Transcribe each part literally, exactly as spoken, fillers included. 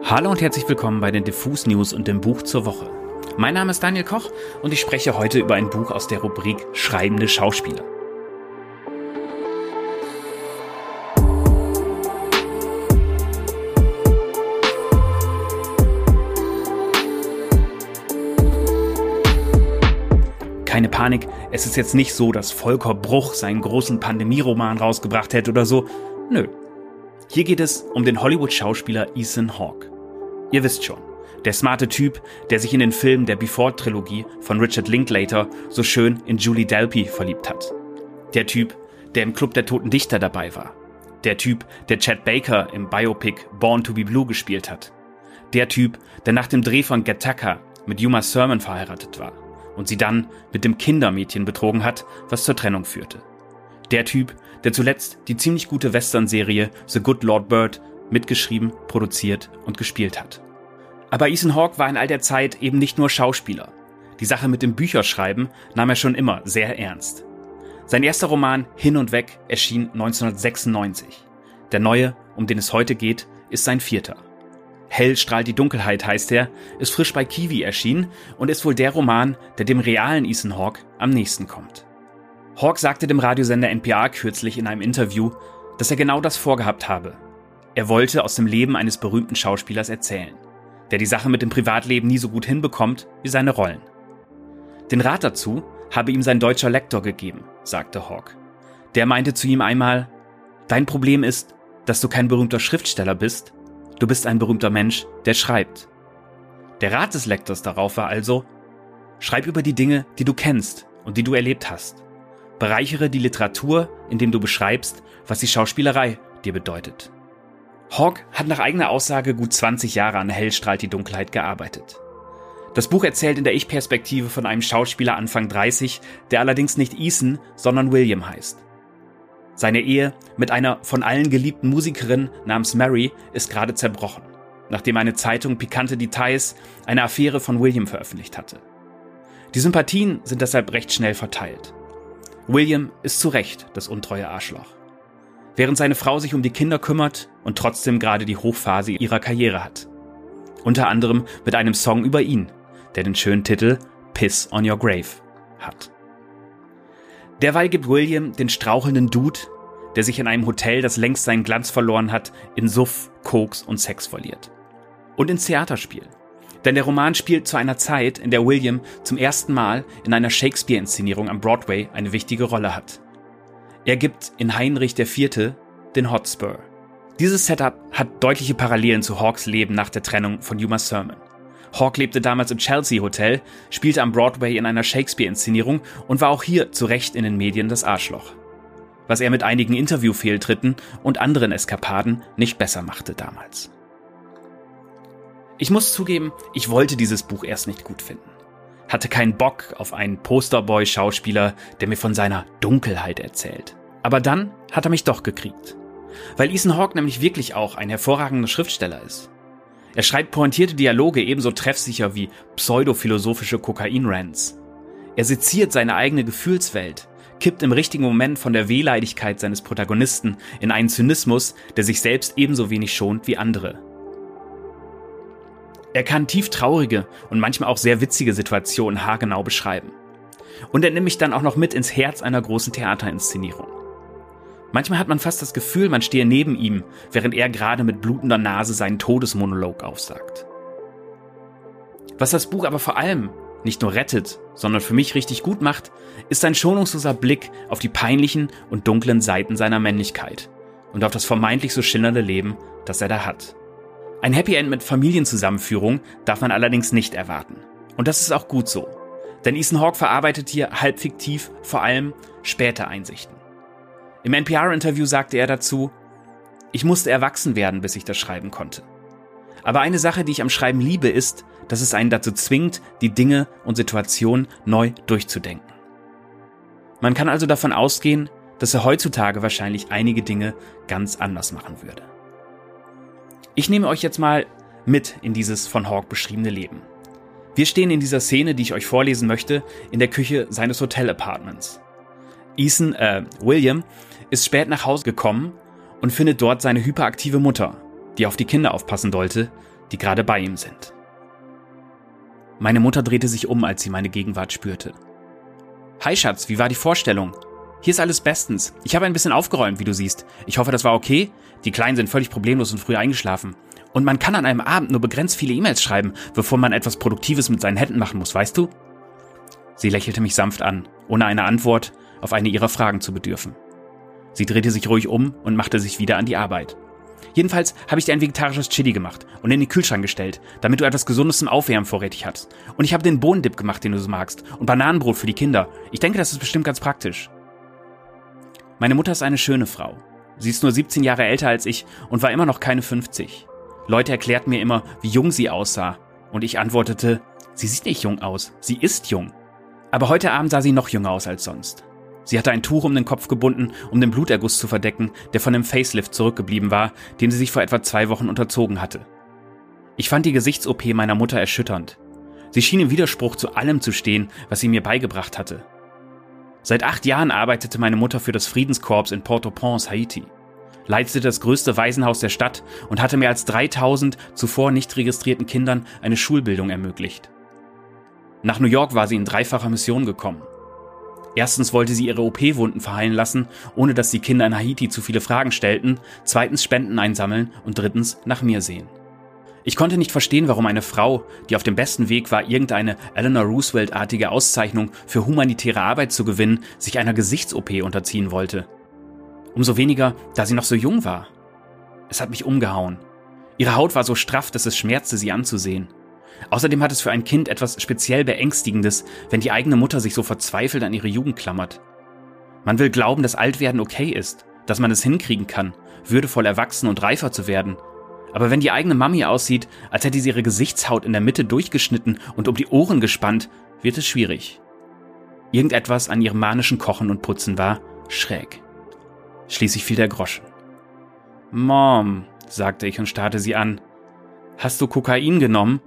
Hallo und herzlich willkommen bei den Diffus News und dem Buch zur Woche. Mein Name ist Daniel Koch und ich spreche heute über ein Buch aus der Rubrik Schreibende Schauspieler. Keine Panik, es ist jetzt nicht so, dass Volker Bruch seinen großen Pandemie-Roman rausgebracht hätte oder so. Nö. Hier geht es um den Hollywood-Schauspieler Ethan Hawke. Ihr wisst schon, der smarte Typ, der sich in den Filmen der Before-Trilogie von Richard Linklater so schön in Julie Delpy verliebt hat. Der Typ, der im Club der Toten Dichter dabei war. Der Typ, der Chet Baker im Biopic Born to be Blue gespielt hat. Der Typ, der nach dem Dreh von Gattaca mit Uma Thurman verheiratet war und sie dann mit dem Kindermädchen betrogen hat, was zur Trennung führte. Der Typ, der zuletzt die ziemlich gute Western-Serie The Good Lord Bird mitgeschrieben, produziert und gespielt hat. Aber Ethan Hawke war in all der Zeit eben nicht nur Schauspieler. Die Sache mit dem Bücherschreiben nahm er schon immer sehr ernst. Sein erster Roman Hin und Weg erschien neunzehnhundertsechsundneunzig. Der neue, um den es heute geht, ist sein vierter. Hell strahlt die Dunkelheit heißt er, ist frisch bei Kiwi erschienen und ist wohl der Roman, der dem realen Ethan Hawke am nächsten kommt. Hawke sagte dem Radiosender N P R kürzlich in einem Interview, dass er genau das vorgehabt habe. Er wollte aus dem Leben eines berühmten Schauspielers erzählen, der die Sache mit dem Privatleben nie so gut hinbekommt wie seine Rollen. Den Rat dazu habe ihm sein deutscher Lektor gegeben, sagte Hawke. Der meinte zu ihm einmal: Dein Problem ist, dass du kein berühmter Schriftsteller bist, du bist ein berühmter Mensch, der schreibt. Der Rat des Lektors darauf war also: Schreib über die Dinge, die du kennst und die du erlebt hast. Bereichere die Literatur, indem du beschreibst, was die Schauspielerei dir bedeutet. Hawke hat nach eigener Aussage gut zwanzig Jahre an Hell strahlt die Dunkelheit gearbeitet. Das Buch erzählt in der Ich-Perspektive von einem Schauspieler Anfang dreißig, der allerdings nicht Ethan, sondern William heißt. Seine Ehe mit einer von allen geliebten Musikerin namens Mary ist gerade zerbrochen, nachdem eine Zeitung pikante Details einer Affäre von William veröffentlicht hatte. Die Sympathien sind deshalb recht schnell verteilt. William ist zu Recht das untreue Arschloch. Während seine Frau sich um die Kinder kümmert und trotzdem gerade die Hochphase ihrer Karriere hat. Unter anderem mit einem Song über ihn, der den schönen Titel Piss on Your Grave hat. Derweil gibt William den strauchelnden Dude, der sich in einem Hotel, das längst seinen Glanz verloren hat, in Suff, Koks und Sex verliert. Und ins Theaterspiel. Denn der Roman spielt zu einer Zeit, in der William zum ersten Mal in einer Shakespeare-Inszenierung am Broadway eine wichtige Rolle hat. Er gibt in Heinrich der Vierte den Hotspur. Dieses Setup hat deutliche Parallelen zu Hawkes Leben nach der Trennung von Uma Thurman. Hawke lebte damals im Chelsea Hotel, spielte am Broadway in einer Shakespeare-Inszenierung und war auch hier zu Recht in den Medien das Arschloch. Was er mit einigen Interviewfehltritten und anderen Eskapaden nicht besser machte damals. Ich muss zugeben, ich wollte dieses Buch erst nicht gut finden. Hatte keinen Bock auf einen Posterboy-Schauspieler, der mir von seiner Dunkelheit erzählt. Aber dann hat er mich doch gekriegt. Weil Ethan Hawke nämlich wirklich auch ein hervorragender Schriftsteller ist. Er schreibt pointierte Dialoge ebenso treffsicher wie pseudophilosophische Kokain-Rants. Er seziert seine eigene Gefühlswelt, kippt im richtigen Moment von der Wehleidigkeit seines Protagonisten in einen Zynismus, der sich selbst ebenso wenig schont wie andere. Er kann tief traurige und manchmal auch sehr witzige Situationen haargenau beschreiben. Und er nimmt mich dann auch noch mit ins Herz einer großen Theaterinszenierung. Manchmal hat man fast das Gefühl, man stehe neben ihm, während er gerade mit blutender Nase seinen Todesmonolog aufsagt. Was das Buch aber vor allem nicht nur rettet, sondern für mich richtig gut macht, ist ein schonungsloser Blick auf die peinlichen und dunklen Seiten seiner Männlichkeit und auf das vermeintlich so schillernde Leben, das er da hat. Ein Happy End mit Familienzusammenführung darf man allerdings nicht erwarten. Und das ist auch gut so. Denn Ethan Hawke verarbeitet hier halb fiktiv vor allem späte Einsichten. Im N P R-Interview sagte er dazu: Ich musste erwachsen werden, bis ich das schreiben konnte. Aber eine Sache, die ich am Schreiben liebe, ist, dass es einen dazu zwingt, die Dinge und Situationen neu durchzudenken. Man kann also davon ausgehen, dass er heutzutage wahrscheinlich einige Dinge ganz anders machen würde. Ich nehme euch jetzt mal mit in dieses von Hawke beschriebene Leben. Wir stehen in dieser Szene, die ich euch vorlesen möchte, in der Küche seines Hotel-Apartments. Ethan, äh, William, ist spät nach Hause gekommen und findet dort seine hyperaktive Mutter, die auf die Kinder aufpassen sollte, die gerade bei ihm sind. Meine Mutter drehte sich um, als sie meine Gegenwart spürte. »Hi Schatz, wie war die Vorstellung? Hier ist alles bestens. Ich habe ein bisschen aufgeräumt, wie du siehst. Ich hoffe, das war okay? Die Kleinen sind völlig problemlos und früh eingeschlafen. Und man kann an einem Abend nur begrenzt viele E-Mails schreiben, bevor man etwas Produktives mit seinen Händen machen muss, weißt du?« Sie lächelte mich sanft an, ohne eine Antwort auf eine ihrer Fragen zu bedürfen. Sie drehte sich ruhig um und machte sich wieder an die Arbeit. »Jedenfalls habe ich dir ein vegetarisches Chili gemacht und in den Kühlschrank gestellt, damit du etwas Gesundes zum Aufwärmen vorrätig hast. Und ich habe den Bohnendip gemacht, den du so magst, und Bananenbrot für die Kinder. Ich denke, das ist bestimmt ganz praktisch.« Meine Mutter ist eine schöne Frau. Sie ist nur siebzehn Jahre älter als ich und war immer noch keine fünfzig. Leute erklärten mir immer, wie jung sie aussah. Und ich antwortete, sie sieht nicht jung aus, sie ist jung. Aber heute Abend sah sie noch jünger aus als sonst. Sie hatte ein Tuch um den Kopf gebunden, um den Bluterguss zu verdecken, der von dem Facelift zurückgeblieben war, dem sie sich vor etwa zwei Wochen unterzogen hatte. Ich fand die Gesichts-O P meiner Mutter erschütternd. Sie schien im Widerspruch zu allem zu stehen, was sie mir beigebracht hatte. Seit acht Jahren arbeitete meine Mutter für das Friedenskorps in Port-au-Prince, Haiti, leitete das größte Waisenhaus der Stadt und hatte mehr als dreitausend zuvor nicht registrierten Kindern eine Schulbildung ermöglicht. Nach New York war sie in dreifacher Mission gekommen. Erstens wollte sie ihre O P-Wunden verheilen lassen, ohne dass die Kinder in Haiti zu viele Fragen stellten, zweitens Spenden einsammeln und drittens nach mir sehen. Ich konnte nicht verstehen, warum eine Frau, die auf dem besten Weg war, irgendeine Eleanor Roosevelt-artige Auszeichnung für humanitäre Arbeit zu gewinnen, sich einer Gesichts-O P unterziehen wollte. Umso weniger, da sie noch so jung war. Es hat mich umgehauen. Ihre Haut war so straff, dass es schmerzte, sie anzusehen. Außerdem hat es für ein Kind etwas speziell Beängstigendes, wenn die eigene Mutter sich so verzweifelt an ihre Jugend klammert. Man will glauben, dass Altwerden okay ist, dass man es hinkriegen kann, würdevoll erwachsen und reifer zu werden. Aber wenn die eigene Mami aussieht, als hätte sie ihre Gesichtshaut in der Mitte durchgeschnitten und um die Ohren gespannt, wird es schwierig. Irgendetwas an ihrem manischen Kochen und Putzen war schräg. Schließlich fiel der Groschen. »Mom«, sagte ich und starrte sie an, »hast du Kokain genommen?«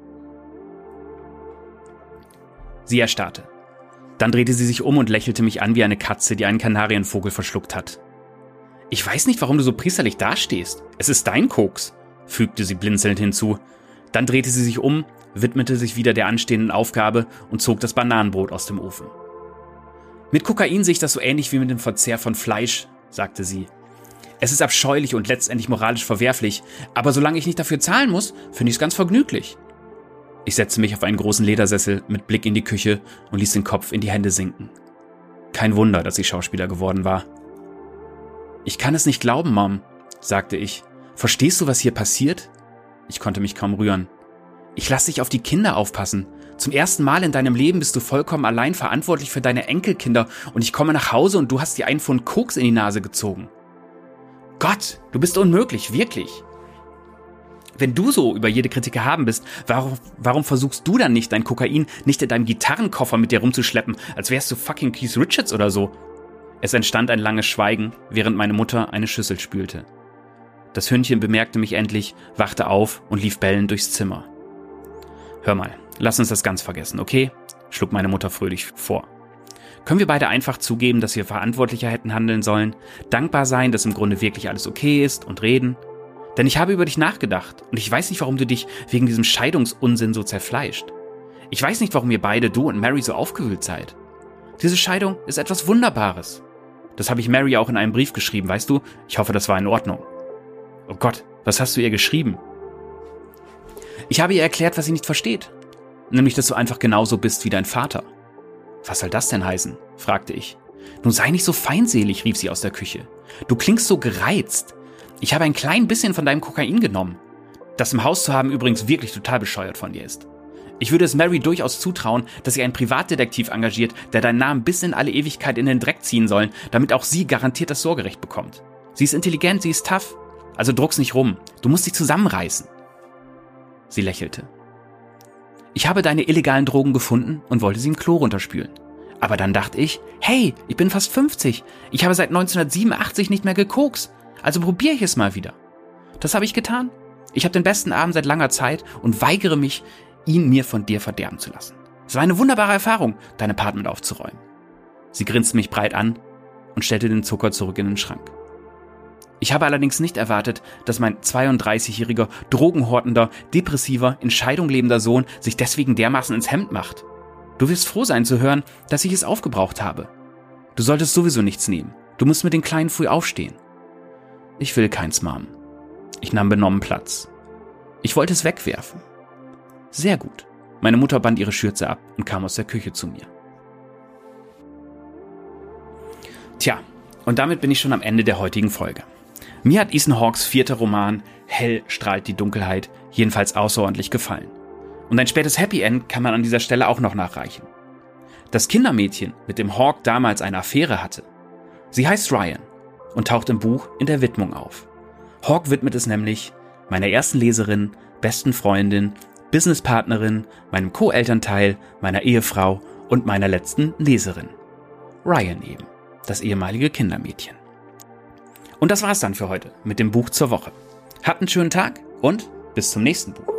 Sie erstarrte. Dann drehte sie sich um und lächelte mich an wie eine Katze, die einen Kanarienvogel verschluckt hat. »Ich weiß nicht, warum du so priesterlich dastehst. Es ist dein Koks«, fügte sie blinzelnd hinzu. Dann drehte sie sich um, widmete sich wieder der anstehenden Aufgabe und zog das Bananenbrot aus dem Ofen. »Mit Kokain sehe ich das so ähnlich wie mit dem Verzehr von Fleisch«, sagte sie. »Es ist abscheulich und letztendlich moralisch verwerflich, aber solange ich nicht dafür zahlen muss, finde ich es ganz vergnüglich.« Ich setzte mich auf einen großen Ledersessel mit Blick in die Küche und ließ den Kopf in die Hände sinken. Kein Wunder, dass ich Schauspieler geworden war. »Ich kann es nicht glauben, Mom«, sagte ich. »Verstehst du, was hier passiert?« Ich konnte mich kaum rühren. »Ich lasse dich auf die Kinder aufpassen. Zum ersten Mal in deinem Leben bist du vollkommen allein verantwortlich für deine Enkelkinder und ich komme nach Hause und du hast dir einen Pfund Koks in die Nase gezogen. Gott, du bist unmöglich, wirklich. Wenn du so über jede Kritik erhaben bist, warum, warum versuchst du dann nicht, dein Kokain nicht in deinem Gitarrenkoffer mit dir rumzuschleppen, als wärst du fucking Keith Richards oder so?« Es entstand ein langes Schweigen, während meine Mutter eine Schüssel spülte. Das Hündchen bemerkte mich endlich, wachte auf und lief bellend durchs Zimmer. »Hör mal, lass uns das ganz vergessen, okay?«, schlug meine Mutter fröhlich vor. »Können wir beide einfach zugeben, dass wir verantwortlicher hätten handeln sollen, dankbar sein, dass im Grunde wirklich alles okay ist und reden? Denn ich habe über dich nachgedacht und ich weiß nicht, warum du dich wegen diesem Scheidungsunsinn so zerfleischt. Ich weiß nicht, warum ihr beide, du und Mary, so aufgewühlt seid. Diese Scheidung ist etwas Wunderbares. Das habe ich Mary auch in einem Brief geschrieben, weißt du? Ich hoffe, das war in Ordnung.« »Oh Gott, was hast du ihr geschrieben?« »Ich habe ihr erklärt, was sie nicht versteht. Nämlich, dass du einfach genauso bist wie dein Vater.« »Was soll das denn heißen?«, fragte ich. »Nun sei nicht so feindselig«, rief sie aus der Küche. »Du klingst so gereizt. Ich habe ein klein bisschen von deinem Kokain genommen. Das im Haus zu haben übrigens wirklich total bescheuert von dir ist. Ich würde es Mary durchaus zutrauen, dass sie einen Privatdetektiv engagiert, der deinen Namen bis in alle Ewigkeit in den Dreck ziehen soll, damit auch sie garantiert das Sorgerecht bekommt. Sie ist intelligent, sie ist tough. Also druck's nicht rum. Du musst dich zusammenreißen.« Sie lächelte. »Ich habe deine illegalen Drogen gefunden und wollte sie im Klo runterspülen. Aber dann dachte ich, hey, ich bin fast fünfzig. Ich habe seit neunzehnhundertsiebenundachtzig nicht mehr gekokst. Also probiere ich es mal wieder. Das habe ich getan. Ich habe den besten Abend seit langer Zeit und weigere mich, ihn mir von dir verderben zu lassen. Es war eine wunderbare Erfahrung, dein Apartment aufzuräumen.« Sie grinste mich breit an und stellte den Zucker zurück in den Schrank. Ich habe allerdings nicht erwartet, dass mein zweiunddreißigjähriger, drogenhortender, depressiver, in Scheidung lebender Sohn sich deswegen dermaßen ins Hemd macht. Du wirst froh sein zu hören, dass ich es aufgebraucht habe. Du solltest sowieso nichts nehmen. Du musst mit den Kleinen früh aufstehen. Ich will keins, Mom. Ich nahm benommen Platz. Ich wollte es wegwerfen. Sehr gut. Meine Mutter band ihre Schürze ab und kam aus der Küche zu mir. Tja, und damit bin ich schon am Ende der heutigen Folge. Mir hat Ethan Hawkes vierter Roman Hell strahlt die Dunkelheit jedenfalls außerordentlich gefallen. Und ein spätes Happy End kann man an dieser Stelle auch noch nachreichen. Das Kindermädchen, mit dem Hawke damals eine Affäre hatte, sie heißt Ryan und taucht im Buch in der Widmung auf. Hawke widmet es nämlich meiner ersten Leserin, besten Freundin, Businesspartnerin, meinem Co-Elternteil, meiner Ehefrau und meiner letzten Leserin. Ryan eben, das ehemalige Kindermädchen. Und das war's dann für heute mit dem Buch zur Woche. Habt einen schönen Tag und bis zum nächsten Buch.